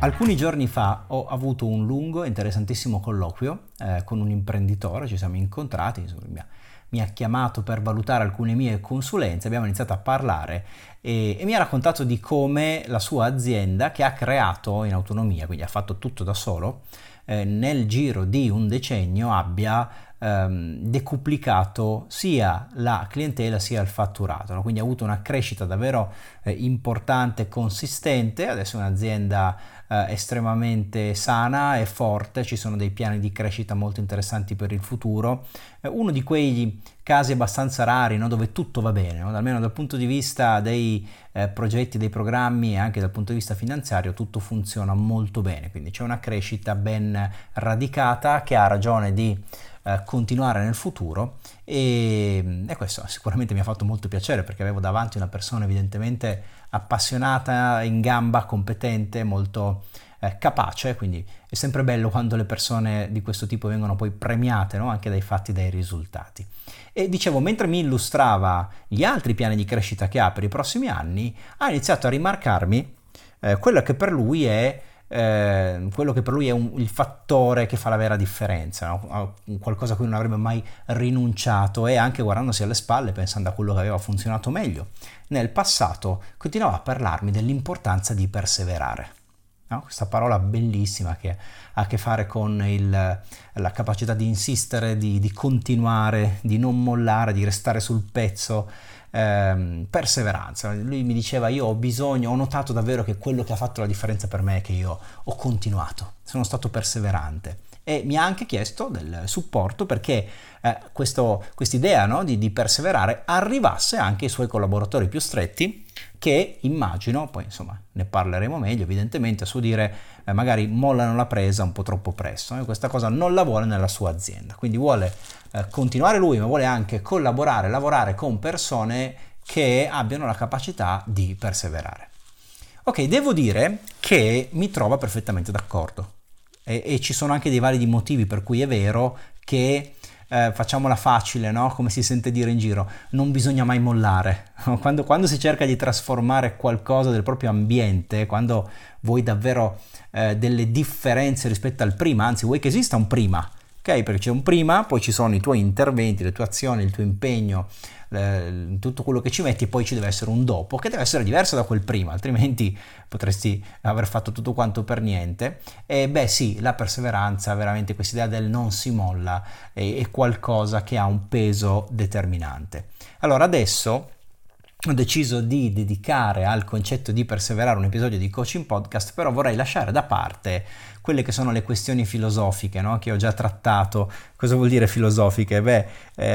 Alcuni giorni fa ho avuto un lungo e interessantissimo colloquio con un imprenditore, ci siamo incontrati, insomma, mi ha chiamato per valutare alcune mie consulenze, abbiamo iniziato a parlare e mi ha raccontato di come la sua azienda, che ha creato in autonomia, quindi ha fatto tutto da solo, nel giro di un decennio abbia decuplicato sia la clientela sia il fatturato, no? Quindi ha avuto una crescita davvero importante e consistente. Adesso è un'azienda estremamente sana e forte, ci sono dei piani di crescita molto interessanti per il futuro, uno di quei casi abbastanza rari, no? Dove tutto va bene, no? Almeno dal punto di vista dei progetti, dei programmi e anche dal punto di vista finanziario tutto funziona molto bene, quindi c'è una crescita ben radicata che ha ragione di continuare nel futuro e questo sicuramente mi ha fatto molto piacere, perché avevo davanti una persona evidentemente appassionata, in gamba, competente, molto capace, quindi è sempre bello quando le persone di questo tipo vengono poi premiate, no? Anche dai fatti, dai risultati. E dicevo, mentre mi illustrava gli altri piani di crescita che ha per i prossimi anni, ha iniziato a rimarcarmi quello che per lui è il fattore che fa la vera differenza, no? Qualcosa a cui non avrebbe mai rinunciato, e anche guardandosi alle spalle, pensando a quello che aveva funzionato meglio nel passato, continuava a parlarmi dell'importanza di perseverare. No? Questa parola bellissima che ha a che fare con la capacità di insistere, di continuare, di non mollare, di restare sul pezzo. Perseveranza. Lui mi diceva: io ho notato davvero che quello che ha fatto la differenza per me è che io ho continuato, sono stato perseverante, e mi ha anche chiesto del supporto perché quest'idea, no, di perseverare arrivasse anche ai suoi collaboratori più stretti, che immagino, poi insomma ne parleremo meglio evidentemente, a suo dire magari mollano la presa un po' troppo presto, e questa cosa non la vuole nella sua azienda, quindi vuole continuare lui, ma vuole anche collaborare, lavorare con persone che abbiano la capacità di perseverare. Ok, devo dire che mi trova perfettamente d'accordo e ci sono anche dei validi motivi per cui è vero che facciamola facile, no? Come si sente dire in giro, non bisogna mai mollare. Quando si cerca di trasformare qualcosa del proprio ambiente, quando vuoi davvero delle differenze rispetto al prima, anzi vuoi che esista un prima, ok? Perché c'è un prima, poi ci sono i tuoi interventi, le tue azioni, il tuo impegno, tutto quello che ci metti, e poi ci deve essere un dopo che deve essere diverso da quel prima, altrimenti potresti aver fatto tutto quanto per niente. E beh sì, la perseveranza, veramente questa idea del non si molla è qualcosa che ha un peso determinante. Allora adesso ho deciso di dedicare al concetto di perseverare un episodio di Coaching Podcast, però vorrei lasciare da parte quelle che sono le questioni filosofiche, no? Che ho già trattato. Cosa vuol dire filosofiche? Beh,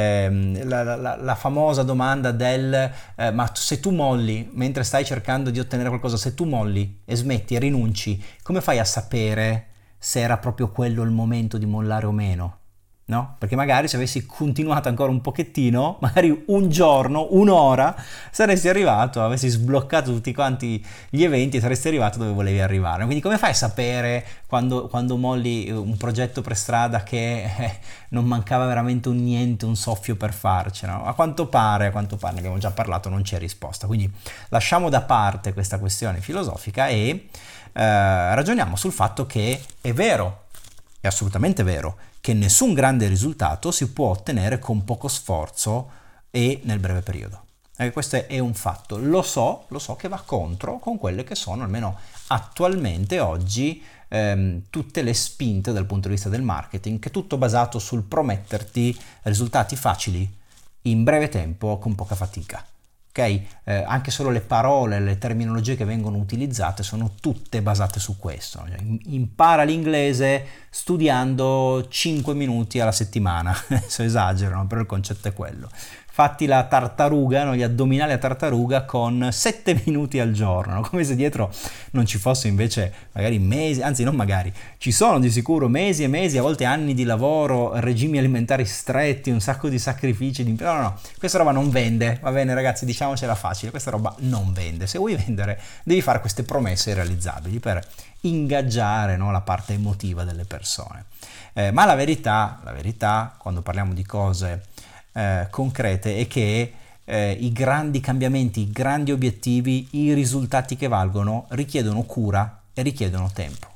la famosa domanda del ma se tu molli, mentre stai cercando di ottenere qualcosa, se tu molli e smetti e rinunci, come fai a sapere se era proprio quello il momento di mollare o meno? No? Perché magari se avessi continuato ancora un pochettino, magari un giorno, un'ora, saresti arrivato, avessi sbloccato tutti quanti gli eventi e saresti arrivato dove volevi arrivare. Quindi come fai a sapere quando molli un progetto per strada che non mancava veramente un niente, un soffio per farcela? A quanto pare, ne abbiamo già parlato, non c'è risposta. Quindi lasciamo da parte questa questione filosofica e ragioniamo sul fatto che è vero, è assolutamente vero, che nessun grande risultato si può ottenere con poco sforzo e nel breve periodo. Questo è un fatto, lo so che va contro con quelle che sono, almeno attualmente oggi, tutte le spinte dal punto di vista del marketing, che è tutto basato sul prometterti risultati facili in breve tempo con poca fatica. Anche solo le parole, le terminologie che vengono utilizzate sono tutte basate su questo. Impara l'inglese studiando 5 minuti alla settimana, adesso esagerano, però il concetto è quello. Fatti la tartaruga, no? Gli addominali a tartaruga con 7 minuti al giorno, no? Come se dietro non ci fosse invece magari mesi, anzi non magari, ci sono di sicuro mesi e mesi, a volte anni di lavoro, regimi alimentari stretti, un sacco di sacrifici, no, questa roba non vende, va bene ragazzi, diciamocela facile, questa roba non vende. Se vuoi vendere devi fare queste promesse realizzabili per ingaggiare, no, la parte emotiva delle persone. Ma la verità, quando parliamo di cose concrete, è che i grandi cambiamenti, i grandi obiettivi, i risultati che valgono richiedono cura e richiedono tempo,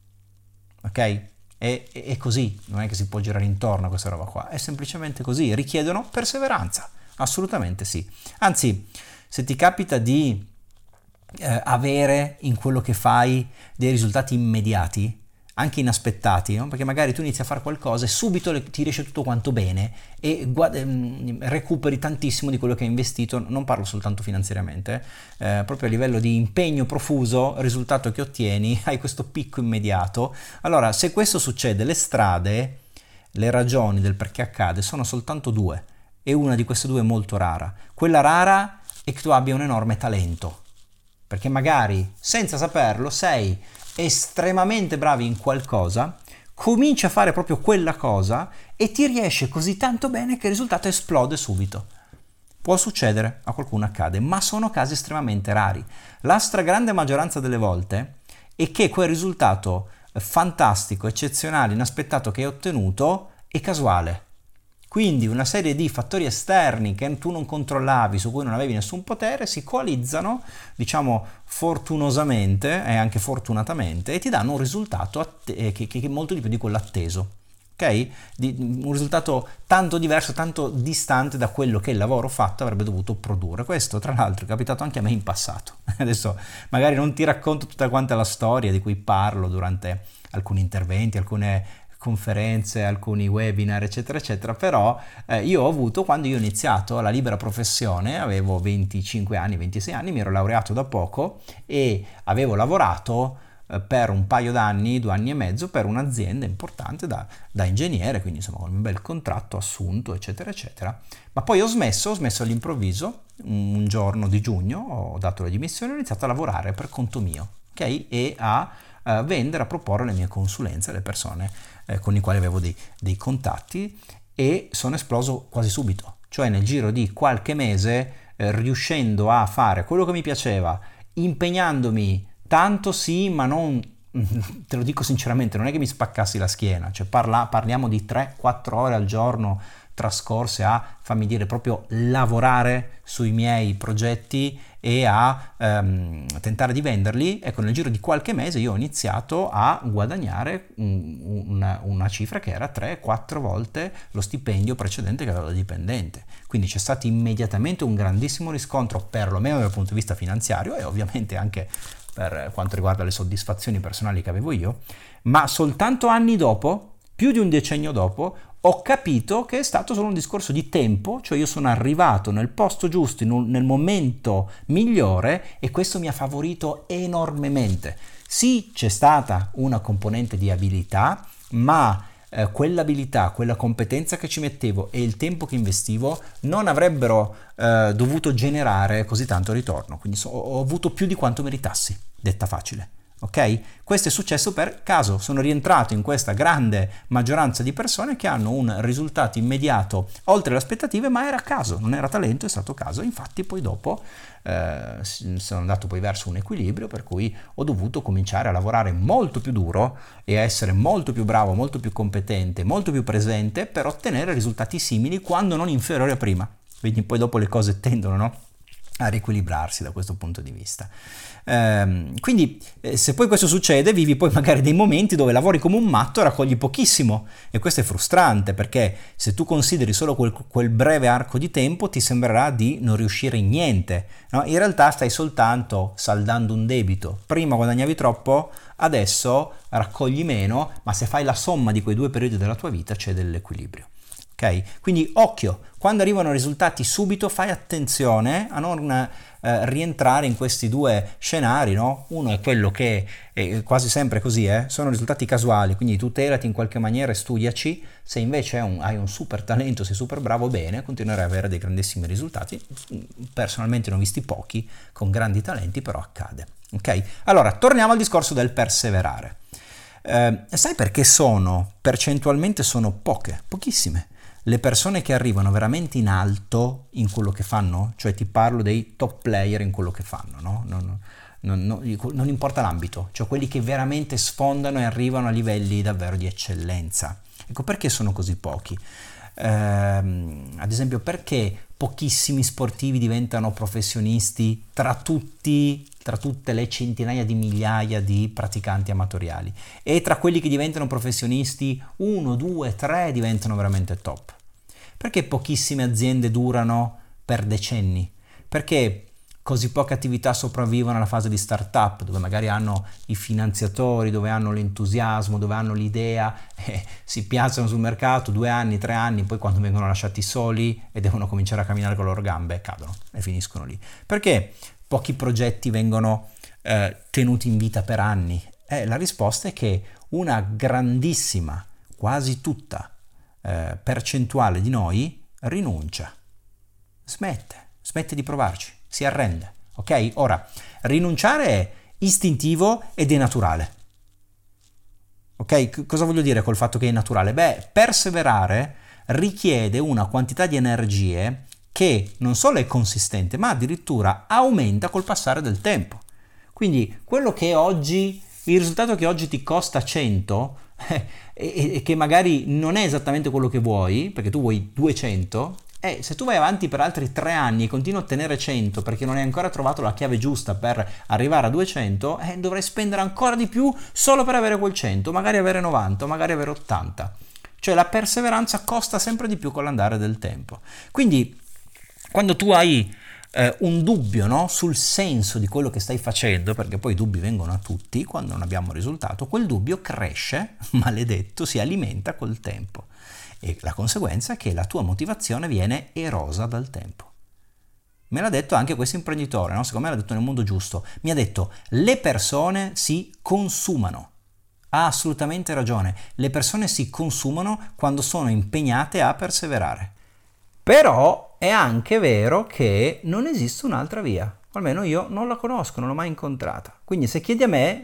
ok? È così, non è che si può girare intorno a questa roba qua, è semplicemente così, richiedono perseveranza, assolutamente sì. Anzi, se ti capita di avere in quello che fai dei risultati immediati, anche inaspettati, no? Perché magari tu inizi a fare qualcosa e subito ti riesce tutto quanto bene e recuperi tantissimo di quello che hai investito, non parlo soltanto finanziariamente, proprio a livello di impegno profuso, risultato che ottieni, hai questo picco immediato. Allora, se questo succede, le ragioni del perché accade sono soltanto due, e una di queste due è molto rara. Quella rara è che tu abbia un enorme talento, perché magari senza saperlo sei estremamente bravi in qualcosa, cominci a fare proprio quella cosa e ti riesce così tanto bene che il risultato esplode subito. Può succedere, a qualcuno accade, ma sono casi estremamente rari. La stragrande maggioranza delle volte è che quel risultato fantastico, eccezionale, inaspettato che hai ottenuto è casuale. Quindi una serie di fattori esterni che tu non controllavi, su cui non avevi nessun potere, si coalizzano, diciamo fortunosamente e anche fortunatamente, e ti danno un risultato che è molto di più di quello atteso. Ok? Un risultato tanto diverso, tanto distante da quello che il lavoro fatto avrebbe dovuto produrre. Questo, tra l'altro, è capitato anche a me in passato. Adesso magari non ti racconto tutta quanta la storia di cui parlo durante alcuni interventi, alcune conferenze, alcuni webinar, eccetera, eccetera, però io ho avuto, quando io ho iniziato la libera professione, avevo 25 anni, 26 anni, mi ero laureato da poco e avevo lavorato per un paio d'anni, 2 anni e mezzo, per un'azienda importante da ingegnere, quindi insomma con un bel contratto assunto, eccetera, eccetera. Ma poi ho smesso all'improvviso, un giorno di giugno, ho dato le dimissioni e ho iniziato a lavorare per conto mio, ok? E a vendere, a proporre le mie consulenze alle persone con i quali avevo dei contatti, e sono esploso quasi subito, cioè nel giro di qualche mese, riuscendo a fare quello che mi piaceva, impegnandomi tanto sì, ma non, te lo dico sinceramente, non è che mi spaccassi la schiena, cioè parliamo di 3-4 ore al giorno trascorse a, fammi dire, proprio lavorare sui miei progetti e a tentare di venderli. Ecco, nel giro di qualche mese io ho iniziato a guadagnare una cifra che era 3-4 volte lo stipendio precedente che avevo da dipendente. Quindi c'è stato immediatamente un grandissimo riscontro, perlomeno dal punto di vista finanziario, e ovviamente anche per quanto riguarda le soddisfazioni personali che avevo io, ma soltanto anni dopo, più di un decennio dopo, ho capito che è stato solo un discorso di tempo, cioè io sono arrivato nel posto giusto, nel momento migliore, e questo mi ha favorito enormemente. Sì, c'è stata una componente di abilità, ma quell'abilità, quella competenza che ci mettevo e il tempo che investivo non avrebbero dovuto generare così tanto ritorno, quindi ho avuto più di quanto meritassi, detta facile. Ok? Questo è successo per caso, sono rientrato in questa grande maggioranza di persone che hanno un risultato immediato oltre le aspettative, ma era caso, non era talento, è stato caso. Infatti poi dopo sono andato poi verso un equilibrio, per cui ho dovuto cominciare a lavorare molto più duro e a essere molto più bravo, molto più competente, molto più presente per ottenere risultati simili, quando non inferiori a prima. Quindi poi dopo le cose tendono, no, a riequilibrarsi da questo punto di vista. Quindi se poi questo succede, vivi poi magari dei momenti dove lavori come un matto e raccogli pochissimo, e questo è frustrante, perché se tu consideri solo quel breve arco di tempo ti sembrerà di non riuscire in niente, no? In realtà stai soltanto saldando un debito. Prima guadagnavi troppo, adesso raccogli meno, ma se fai la somma di quei due periodi della tua vita c'è dell'equilibrio. Ok? Quindi occhio, quando arrivano risultati subito fai attenzione a non rientrare in questi due scenari, no? Uno è quello che è quasi sempre così, sono risultati casuali, quindi tutelati in qualche maniera e studiaci. Se invece hai un super talento, sei super bravo, bene, continuerai ad avere dei grandissimi risultati. Personalmente ne ho visti pochi con grandi talenti, però accade. Ok? Allora, torniamo al discorso del perseverare. Sai perché percentualmente sono pochissime le persone che arrivano veramente in alto in quello che fanno? Cioè ti parlo dei top player in quello che fanno, no? Non importa l'ambito, cioè quelli che veramente sfondano e arrivano a livelli davvero di eccellenza. Ecco, perché sono così pochi? Ad esempio, perché pochissimi sportivi diventano professionisti tra tutti tra tutte le centinaia di migliaia di praticanti amatoriali. E tra quelli che diventano professionisti, 1, 2, 3 diventano veramente top. Perché pochissime aziende durano per decenni? Perché così poche attività sopravvivono alla fase di startup, dove magari hanno i finanziatori, dove hanno l'entusiasmo, dove hanno l'idea, si piazzano sul mercato 2 anni, 3 anni, poi quando vengono lasciati soli e devono cominciare a camminare con le loro gambe, cadono e finiscono lì. Perché pochi progetti vengono tenuti in vita per anni? La risposta è che una grandissima, quasi tutta, percentuale di noi rinuncia, smette di provarci, si arrende, ok? Ora, rinunciare è istintivo ed è naturale, ok? Cosa voglio dire col fatto che è naturale? Beh, perseverare richiede una quantità di energie che non solo è consistente, ma addirittura aumenta col passare del tempo. Quindi quello che oggi, il risultato che oggi ti costa 100 e che magari non è esattamente quello che vuoi, perché tu vuoi 200, se tu vai avanti per altri 3 anni e continui a ottenere 100 perché non hai ancora trovato la chiave giusta per arrivare a 200, dovrai spendere ancora di più solo per avere quel 100, magari avere 90, magari avere 80. Cioè la perseveranza costa sempre di più con l'andare del tempo. Quindi quando tu hai un dubbio, no, sul senso di quello che stai facendo, perché poi i dubbi vengono a tutti quando non abbiamo risultato, quel dubbio cresce, maledetto, si alimenta col tempo. E la conseguenza è che la tua motivazione viene erosa dal tempo. Me l'ha detto anche questo imprenditore, no? Secondo me l'ha detto nel modo giusto. Mi ha detto: le persone si consumano. Ha assolutamente ragione. Le persone si consumano quando sono impegnate a perseverare. Però è anche vero che non esiste un'altra via. Almeno io non la conosco, non l'ho mai incontrata. Quindi se chiedi a me,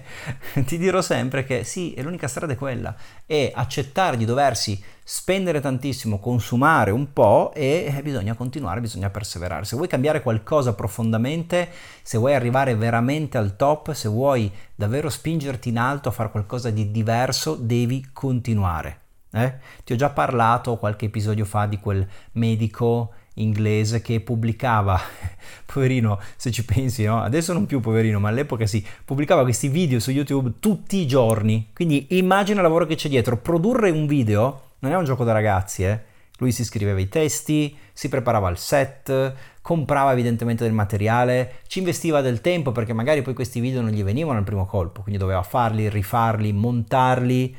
ti dirò sempre che sì, è l'unica strada è quella. È accettare di doversi spendere tantissimo, consumare un po' e bisogna continuare, bisogna perseverare. Se vuoi cambiare qualcosa profondamente, se vuoi arrivare veramente al top, se vuoi davvero spingerti in alto a fare qualcosa di diverso, devi continuare. Ti ho già parlato qualche episodio fa di quel medico inglese che pubblicava, poverino se ci pensi, no? Adesso non più poverino, ma all'epoca sì, pubblicava questi video su YouTube tutti i giorni. Quindi immagina il lavoro che c'è dietro. Produrre un video non è un gioco da ragazzi, Lui si scriveva i testi, si preparava il set, comprava evidentemente del materiale, ci investiva del tempo perché magari poi questi video non gli venivano al primo colpo, quindi doveva farli, rifarli, montarli,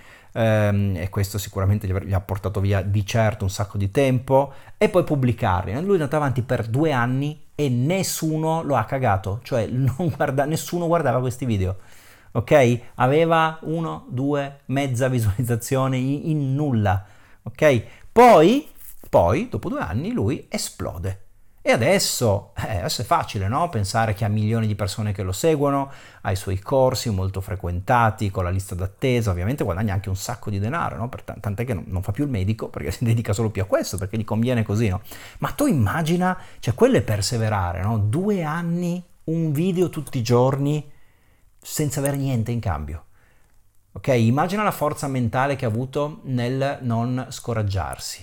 e questo sicuramente gli ha portato via di certo un sacco di tempo, e poi pubblicarli. Lui è andato avanti per 2 anni e nessuno lo ha cagato, cioè nessuno guardava questi video, ok? Aveva 1, 2, mezza visualizzazione in nulla, ok? Poi dopo 2 anni lui esplode. E adesso è facile, no? Pensare che ha milioni di persone che lo seguono, ha i suoi corsi molto frequentati, con la lista d'attesa, ovviamente guadagna anche un sacco di denaro, no? Tant'è che non fa più il medico perché si dedica solo più a questo, perché gli conviene così, no? Ma tu immagina, cioè quello è perseverare, no? 2 anni, un video tutti i giorni, senza avere niente in cambio. Ok? Immagina la forza mentale che ha avuto nel non scoraggiarsi.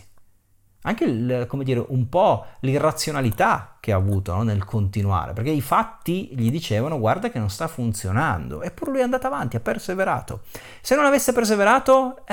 Anche come dire, un po' l'irrazionalità che ha avuto, no, nel continuare, perché i fatti gli dicevano: guarda che non sta funzionando, eppure lui è andato avanti, ha perseverato. Se non avesse perseverato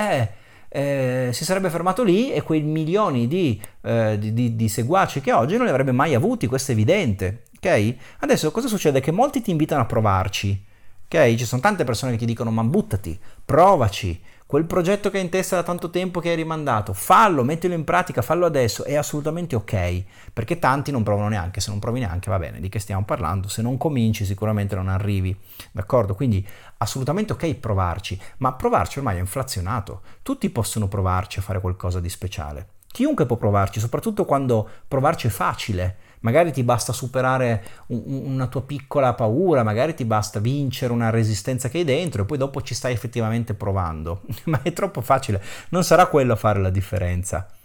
si sarebbe fermato lì e quei milioni di seguaci che oggi non li avrebbe mai avuti, questo è evidente, ok? Adesso cosa succede? Che molti ti invitano a provarci, ok? Ci sono tante persone che ti dicono: ma buttati, provaci, quel progetto che hai in testa da tanto tempo che hai rimandato, fallo, mettilo in pratica, fallo adesso, è assolutamente ok, perché tanti non provano neanche. Se non provi neanche, va bene, di che stiamo parlando? Se non cominci sicuramente non arrivi, d'accordo? Quindi assolutamente ok provarci, ma provarci ormai è inflazionato, tutti possono provarci a fare qualcosa di speciale, chiunque può provarci, soprattutto quando provarci è facile. Magari ti basta superare una tua piccola paura, magari ti basta vincere una resistenza che hai dentro e poi dopo ci stai effettivamente provando. Ma è troppo facile, non sarà quello a fare la differenza.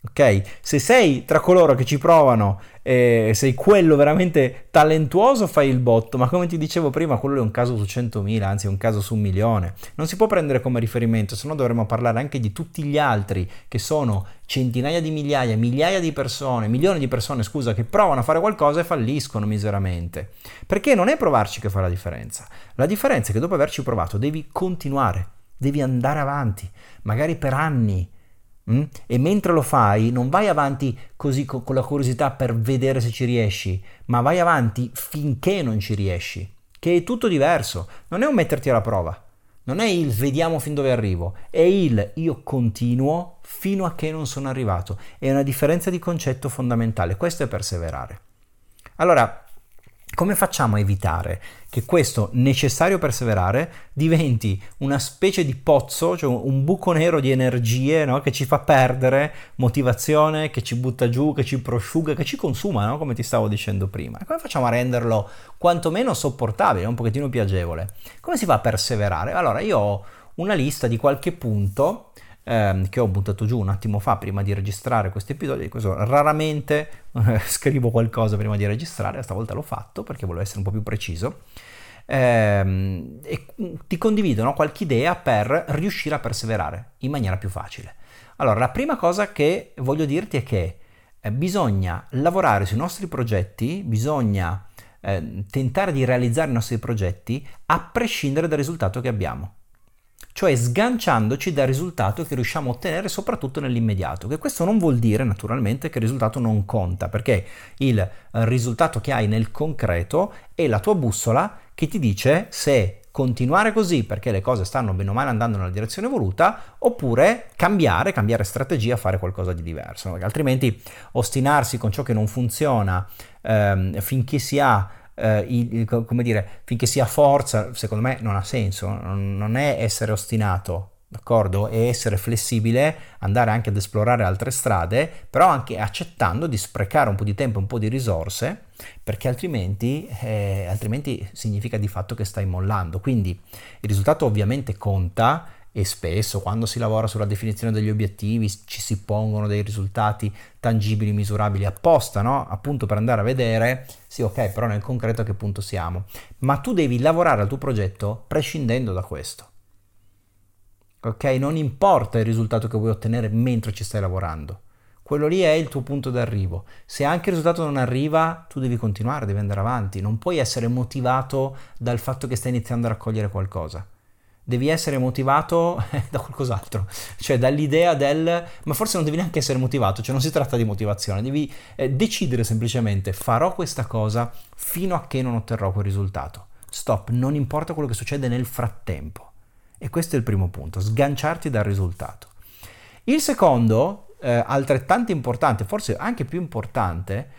Ok? Se sei tra coloro che ci provano, sei quello veramente talentuoso, fai il botto, ma come ti dicevo prima, quello è un caso su 100.000, anzi è un caso su 1.000.000. Non si può prendere come riferimento, se no dovremmo parlare anche di tutti gli altri, che sono centinaia di migliaia, migliaia di persone, milioni di persone, scusa, che provano a fare qualcosa e falliscono miseramente. Perché non è provarci che fa la differenza. La differenza è che dopo averci provato devi continuare, devi andare avanti, magari per anni. E mentre lo fai non vai avanti così con la curiosità per vedere se ci riesci, ma vai avanti finché non ci riesci, che è tutto diverso. Non è un metterti alla prova, non è il vediamo fin dove arrivo, è il io continuo fino a che non sono arrivato. È una differenza di concetto fondamentale, questo è perseverare. Allora, come facciamo a evitare che questo necessario perseverare diventi una specie di pozzo, cioè un buco nero di energie, no? Che ci fa perdere motivazione, che ci butta giù, che ci prosciuga, che ci consuma, no? Come ti stavo dicendo prima. E come facciamo a renderlo quantomeno sopportabile, un pochettino più agevole? Come si fa a perseverare? Allora, io ho una lista di qualche punto che ho buttato giù un attimo fa prima di registrare questo episodio. Raramente scrivo qualcosa prima di registrare, stavolta l'ho fatto perché volevo essere un po' più preciso, e ti condivido, no, qualche idea per riuscire a perseverare in maniera più facile. Allora, la prima cosa che voglio dirti è che bisogna lavorare sui nostri progetti, bisogna tentare di realizzare i nostri progetti a prescindere dal risultato che abbiamo. Cioè sganciandoci dal risultato che riusciamo a ottenere soprattutto nell'immediato, che questo non vuol dire naturalmente che il risultato non conta, perché il risultato che hai nel concreto è la tua bussola che ti dice se continuare così perché le cose stanno bene o male andando nella direzione voluta, oppure cambiare strategia, fare qualcosa di diverso, perché altrimenti ostinarsi con ciò che non funziona finché si ha come dire, finché si ha forza, secondo me non ha senso. Non è essere ostinato, d'accordo? È essere flessibile, andare anche ad esplorare altre strade, però anche accettando di sprecare un po' di tempo, un po' di risorse, perché altrimenti significa di fatto che stai mollando. Quindi il risultato ovviamente conta, e spesso quando si lavora sulla definizione degli obiettivi ci si pongono dei risultati tangibili, misurabili apposta, no? Appunto per andare a vedere, sì, ok, però nel concreto a che punto siamo. Ma tu devi lavorare al tuo progetto prescindendo da questo. Ok? Non importa il risultato che vuoi ottenere mentre ci stai lavorando. Quello lì è il tuo punto d'arrivo. Se anche il risultato non arriva, tu devi continuare, devi andare avanti. Non puoi essere motivato dal fatto che stai iniziando a raccogliere qualcosa. Devi essere motivato da qualcos'altro, cioè dall'idea ma forse non devi neanche essere motivato, cioè non si tratta di motivazione, devi decidere semplicemente farò questa cosa fino a che non otterrò quel risultato. Stop, non importa quello che succede nel frattempo. E questo è il primo punto, sganciarti dal risultato. Il secondo, altrettanto importante, forse anche più importante,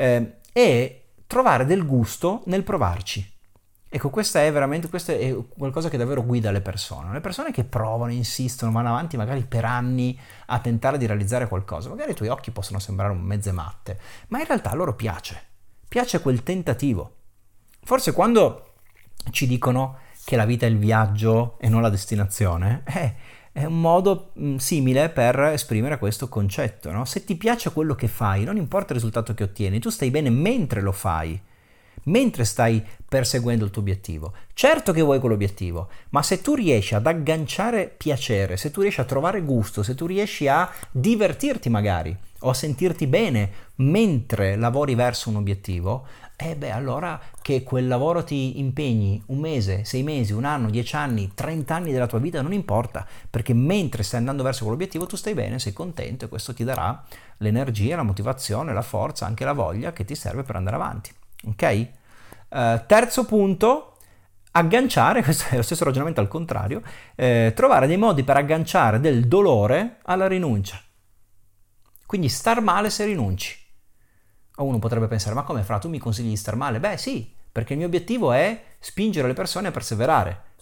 è trovare del gusto nel provarci. Ecco, questo è qualcosa che davvero guida le persone. Le persone che provano, insistono, vanno avanti magari per anni a tentare di realizzare qualcosa. Magari ai tuoi occhi possono sembrare mezze matte, ma in realtà a loro piace quel tentativo. Forse quando ci dicono che la vita è il viaggio e non la destinazione, è un modo simile per esprimere questo concetto, no? Se ti piace quello che fai, non importa il risultato che ottieni, tu stai bene mentre lo fai, mentre stai perseguendo il tuo obiettivo. Certo che vuoi quell'obiettivo, ma se tu riesci ad agganciare piacere, se tu riesci a trovare gusto, se tu riesci a divertirti magari o a sentirti bene mentre lavori verso un obiettivo, allora che quel lavoro ti impegni 1 mese, 6 mesi, 1 anno, 10 anni, 30 anni della tua vita non importa, perché mentre stai andando verso quell'obiettivo tu stai bene, sei contento e questo ti darà l'energia, la motivazione, la forza, anche la voglia che ti serve per andare avanti. Ok? Terzo punto, agganciare, questo è lo stesso ragionamento al contrario, trovare dei modi per agganciare del dolore alla rinuncia. Quindi star male se rinunci. O uno potrebbe pensare, ma come Fra, tu mi consigli di star male? Beh sì, perché il mio obiettivo è spingere le persone a perseverare.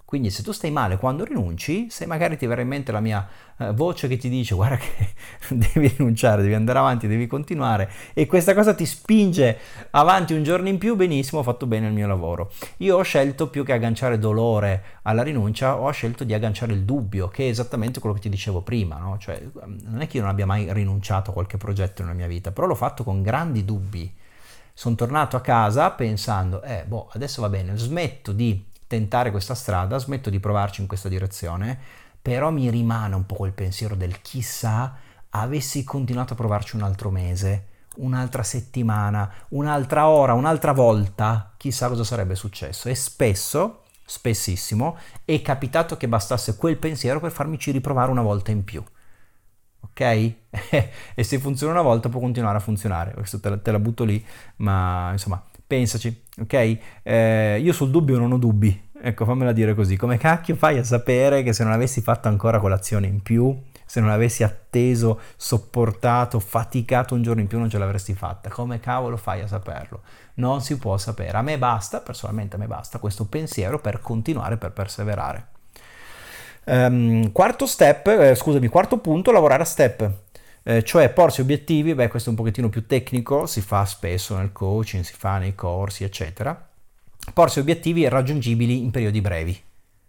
Quindi se tu stai male quando rinunci, se magari ti verrà in mente la mia voce che ti dice guarda che devi rinunciare, devi andare avanti, devi continuare, e questa cosa ti spinge avanti un giorno in più, benissimo, ho fatto bene il mio lavoro. Io ho scelto, più che agganciare dolore alla rinuncia, ho scelto di agganciare il dubbio, che è esattamente quello che ti dicevo prima, no? Cioè, non è che io non abbia mai rinunciato a qualche progetto nella mia vita, però l'ho fatto con grandi dubbi. Sono tornato a casa pensando, adesso va bene, smetto di tentare questa strada, smetto di provarci in questa direzione, però mi rimane un po' quel pensiero del chissà avessi continuato a provarci un altro mese, un'altra settimana, un'altra ora, un'altra volta, chissà cosa sarebbe successo. E spessissimo, è capitato che bastasse quel pensiero per farmici riprovare una volta in più. Ok? E se funziona una volta può continuare a funzionare. Questo te la butto lì, ma insomma, pensaci, ok? Io sul dubbio non ho dubbi. Ecco, fammela dire così. Come cacchio fai a sapere che se non avessi fatto ancora colazione in più, se non avessi atteso, sopportato, faticato un giorno in più, non ce l'avresti fatta? Come cavolo fai a saperlo? Non si può sapere. A me basta, personalmente a me basta questo pensiero per continuare, per perseverare. Quarto punto, lavorare a step. Cioè porsi obiettivi, questo è un pochettino più tecnico, si fa spesso nel coaching, si fa nei corsi, eccetera. Porsi obiettivi raggiungibili in periodi brevi.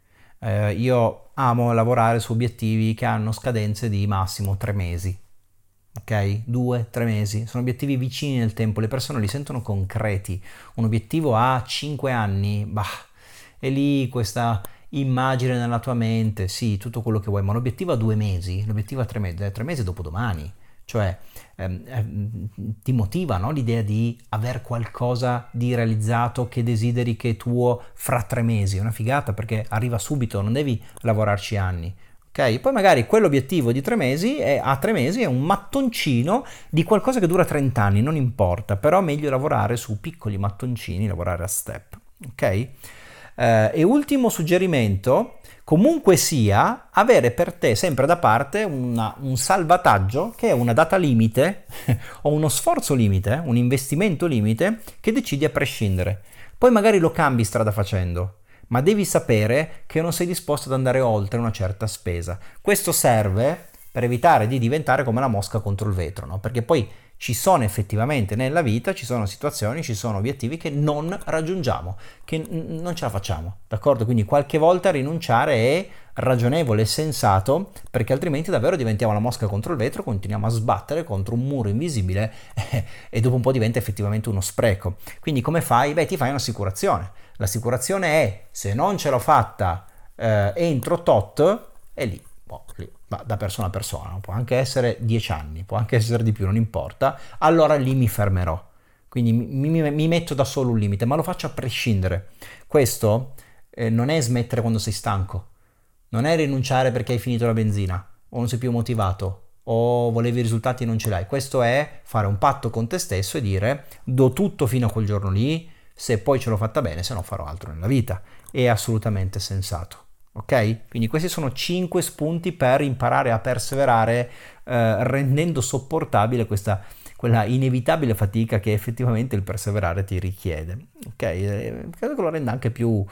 Io amo lavorare su obiettivi che hanno scadenze di massimo 3 mesi. Ok? 2-3 mesi. Sono obiettivi vicini nel tempo, le persone li sentono concreti. Un obiettivo a 5 anni, è lì questa immagine nella tua mente, sì, tutto quello che vuoi, ma un obiettivo a 2 mesi, l'obiettivo a 3 mesi, 3 mesi dopo domani. Cioè ti motiva, no? L'idea di aver qualcosa di realizzato che desideri che è tuo fra 3 mesi, è una figata perché arriva subito, non devi lavorarci anni. Ok? Poi magari quell'obiettivo di 3 mesi a 3 mesi è un mattoncino di qualcosa che dura 30 anni, non importa, però meglio lavorare su piccoli mattoncini, lavorare a step. Ok? E ultimo suggerimento, comunque sia, avere per te sempre da parte un salvataggio che è una data limite o uno sforzo limite, un investimento limite che decidi a prescindere. Poi magari lo cambi strada facendo, ma devi sapere che non sei disposto ad andare oltre una certa spesa. Questo serve per evitare di diventare come la mosca contro il vetro, no? Perché poi ci sono effettivamente nella vita, ci sono situazioni, ci sono obiettivi che non raggiungiamo, che non ce la facciamo, d'accordo? Quindi qualche volta rinunciare è ragionevole, sensato, perché altrimenti davvero diventiamo la mosca contro il vetro, continuiamo a sbattere contro un muro invisibile e dopo un po' diventa effettivamente uno spreco. Quindi come fai? Ti fai un'assicurazione. L'assicurazione è, se non ce l'ho fatta entro tot, è lì. Da persona a persona, può anche essere 10 anni, può anche essere di più, non importa, allora lì mi fermerò. Quindi mi metto da solo un limite, ma lo faccio a prescindere. Questo non è smettere quando sei stanco, non è rinunciare perché hai finito la benzina, o non sei più motivato, o volevi i risultati e non ce l'hai. Questo è fare un patto con te stesso e dire do tutto fino a quel giorno lì, se poi ce l'ho fatta bene, se no farò altro nella vita. È assolutamente sensato. Ok? Quindi questi sono 5 spunti per imparare a perseverare rendendo sopportabile quella inevitabile fatica che effettivamente il perseverare ti richiede. Ok? Credo che lo renda anche più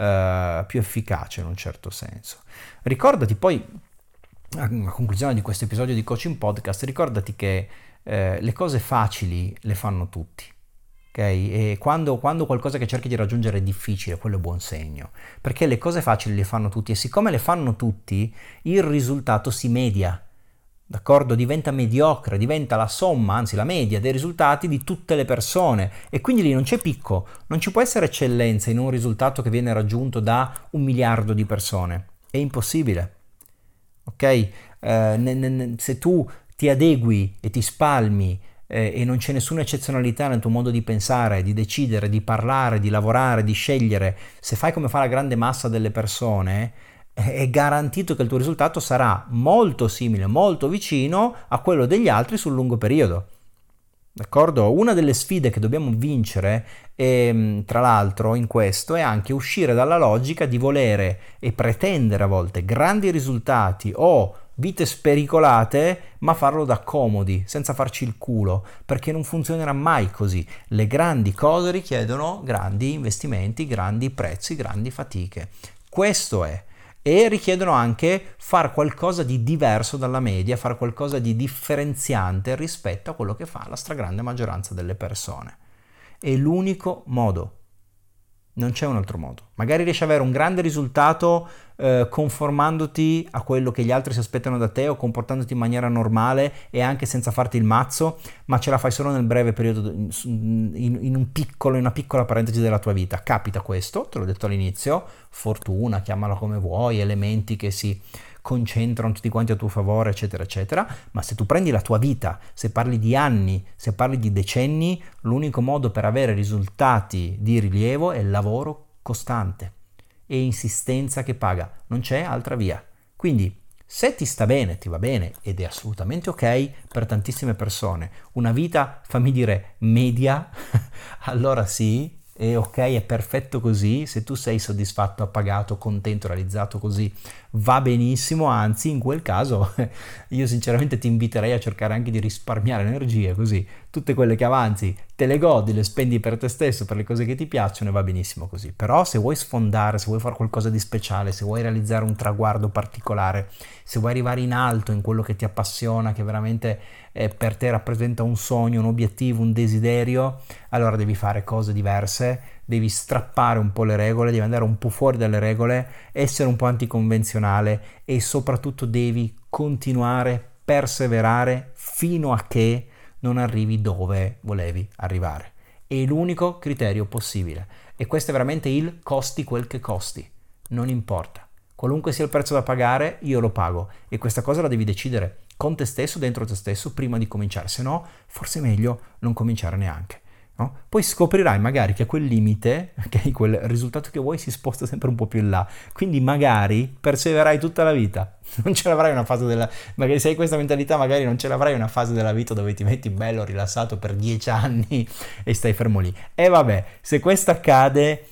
efficace in un certo senso. Ricordati poi, a conclusione di questo episodio di Coaching Podcast, ricordati che le cose facili le fanno tutti. Okay? E quando qualcosa che cerchi di raggiungere è difficile, quello è buon segno, perché le cose facili le fanno tutti e siccome le fanno tutti, il risultato si media, d'accordo? Diventa mediocre, diventa la somma, anzi la media dei risultati di tutte le persone e quindi lì non c'è picco, non ci può essere eccellenza in un risultato che viene raggiunto da 1 miliardo di persone, è impossibile, ok? Se tu ti adegui e ti spalmi e non c'è nessuna eccezionalità nel tuo modo di pensare, di decidere, di parlare, di lavorare, di scegliere, se fai come fa la grande massa delle persone, è garantito che il tuo risultato sarà molto simile, molto vicino a quello degli altri sul lungo periodo. D'accordo? Una delle sfide che dobbiamo vincere, tra l'altro, in questo è anche uscire dalla logica di volere e pretendere a volte grandi risultati o vite spericolate, ma farlo da comodi, senza farci il culo, perché non funzionerà mai così. Le grandi cose richiedono grandi investimenti, grandi prezzi, grandi fatiche. Questo è. E richiedono anche fare qualcosa di diverso dalla media, fare qualcosa di differenziante rispetto a quello che fa la stragrande maggioranza delle persone. È l'unico modo. Non c'è un altro modo. Magari riesci ad avere un grande risultato conformandoti a quello che gli altri si aspettano da te o comportandoti in maniera normale e anche senza farti il mazzo, ma ce la fai solo nel breve periodo, in una piccola parentesi della tua vita. Capita questo, te l'ho detto all'inizio, fortuna, chiamala come vuoi, elementi che si concentrano tutti quanti a tuo favore, eccetera, eccetera, ma se tu prendi la tua vita, se parli di anni, se parli di decenni, l'unico modo per avere risultati di rilievo è il lavoro costante e insistenza che paga, non c'è altra via. Quindi se ti sta bene, ti va bene ed è assolutamente ok per tantissime persone, una vita, fammi dire, media, allora sì, è ok, è perfetto così, se tu sei soddisfatto, appagato, contento, realizzato così, va benissimo, anzi in quel caso io sinceramente ti inviterei a cercare anche di risparmiare energie, così tutte quelle che avanzi te le godi, le spendi per te stesso, per le cose che ti piacciono e va benissimo così. Però se vuoi sfondare, se vuoi fare qualcosa di speciale, se vuoi realizzare un traguardo particolare, se vuoi arrivare in alto in quello che ti appassiona, che veramente per te rappresenta un sogno, un obiettivo, un desiderio, allora devi fare cose diverse, devi strappare un po' le regole, devi andare un po' fuori dalle regole, essere un po' anticonvenzionale e soprattutto devi continuare, perseverare fino a che non arrivi dove volevi arrivare. È l'unico criterio possibile e questo è veramente il costi quel che costi, non importa. Qualunque sia il prezzo da pagare, io lo pago e questa cosa la devi decidere con te stesso, dentro te stesso, prima di cominciare, se no forse è meglio non cominciare neanche. No? Poi scoprirai magari che quel limite, okay, quel risultato che vuoi si sposta sempre un po' più in là, quindi magari perseverai tutta la vita, non ce l'avrai una fase magari se hai questa mentalità magari non ce l'avrai una fase della vita dove ti metti bello rilassato per 10 anni e stai fermo lì. E vabbè, se questo accade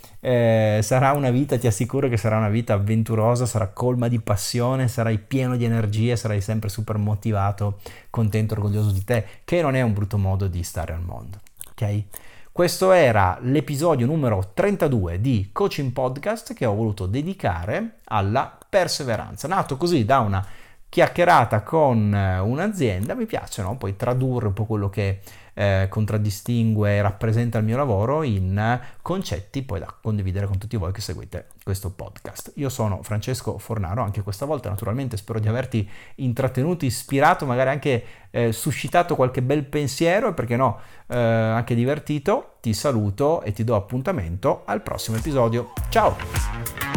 sarà una vita, ti assicuro che sarà una vita avventurosa, sarà colma di passione, sarai pieno di energie, sarai sempre super motivato, contento, orgoglioso di te, che non è un brutto modo di stare al mondo. Ok? Questo era l'episodio numero 32 di Coaching Podcast che ho voluto dedicare alla perseveranza. Nato così da una chiacchierata con un'azienda, mi piace, no? Poi tradurre un po' quello che contraddistingue e rappresenta il mio lavoro in concetti poi da condividere con tutti voi che seguite questo podcast. Io sono Francesco Fornaro, anche questa volta naturalmente spero di averti intrattenuto, ispirato, magari anche suscitato qualche bel pensiero e perché no anche divertito. Ti saluto e ti do appuntamento al prossimo episodio. Ciao!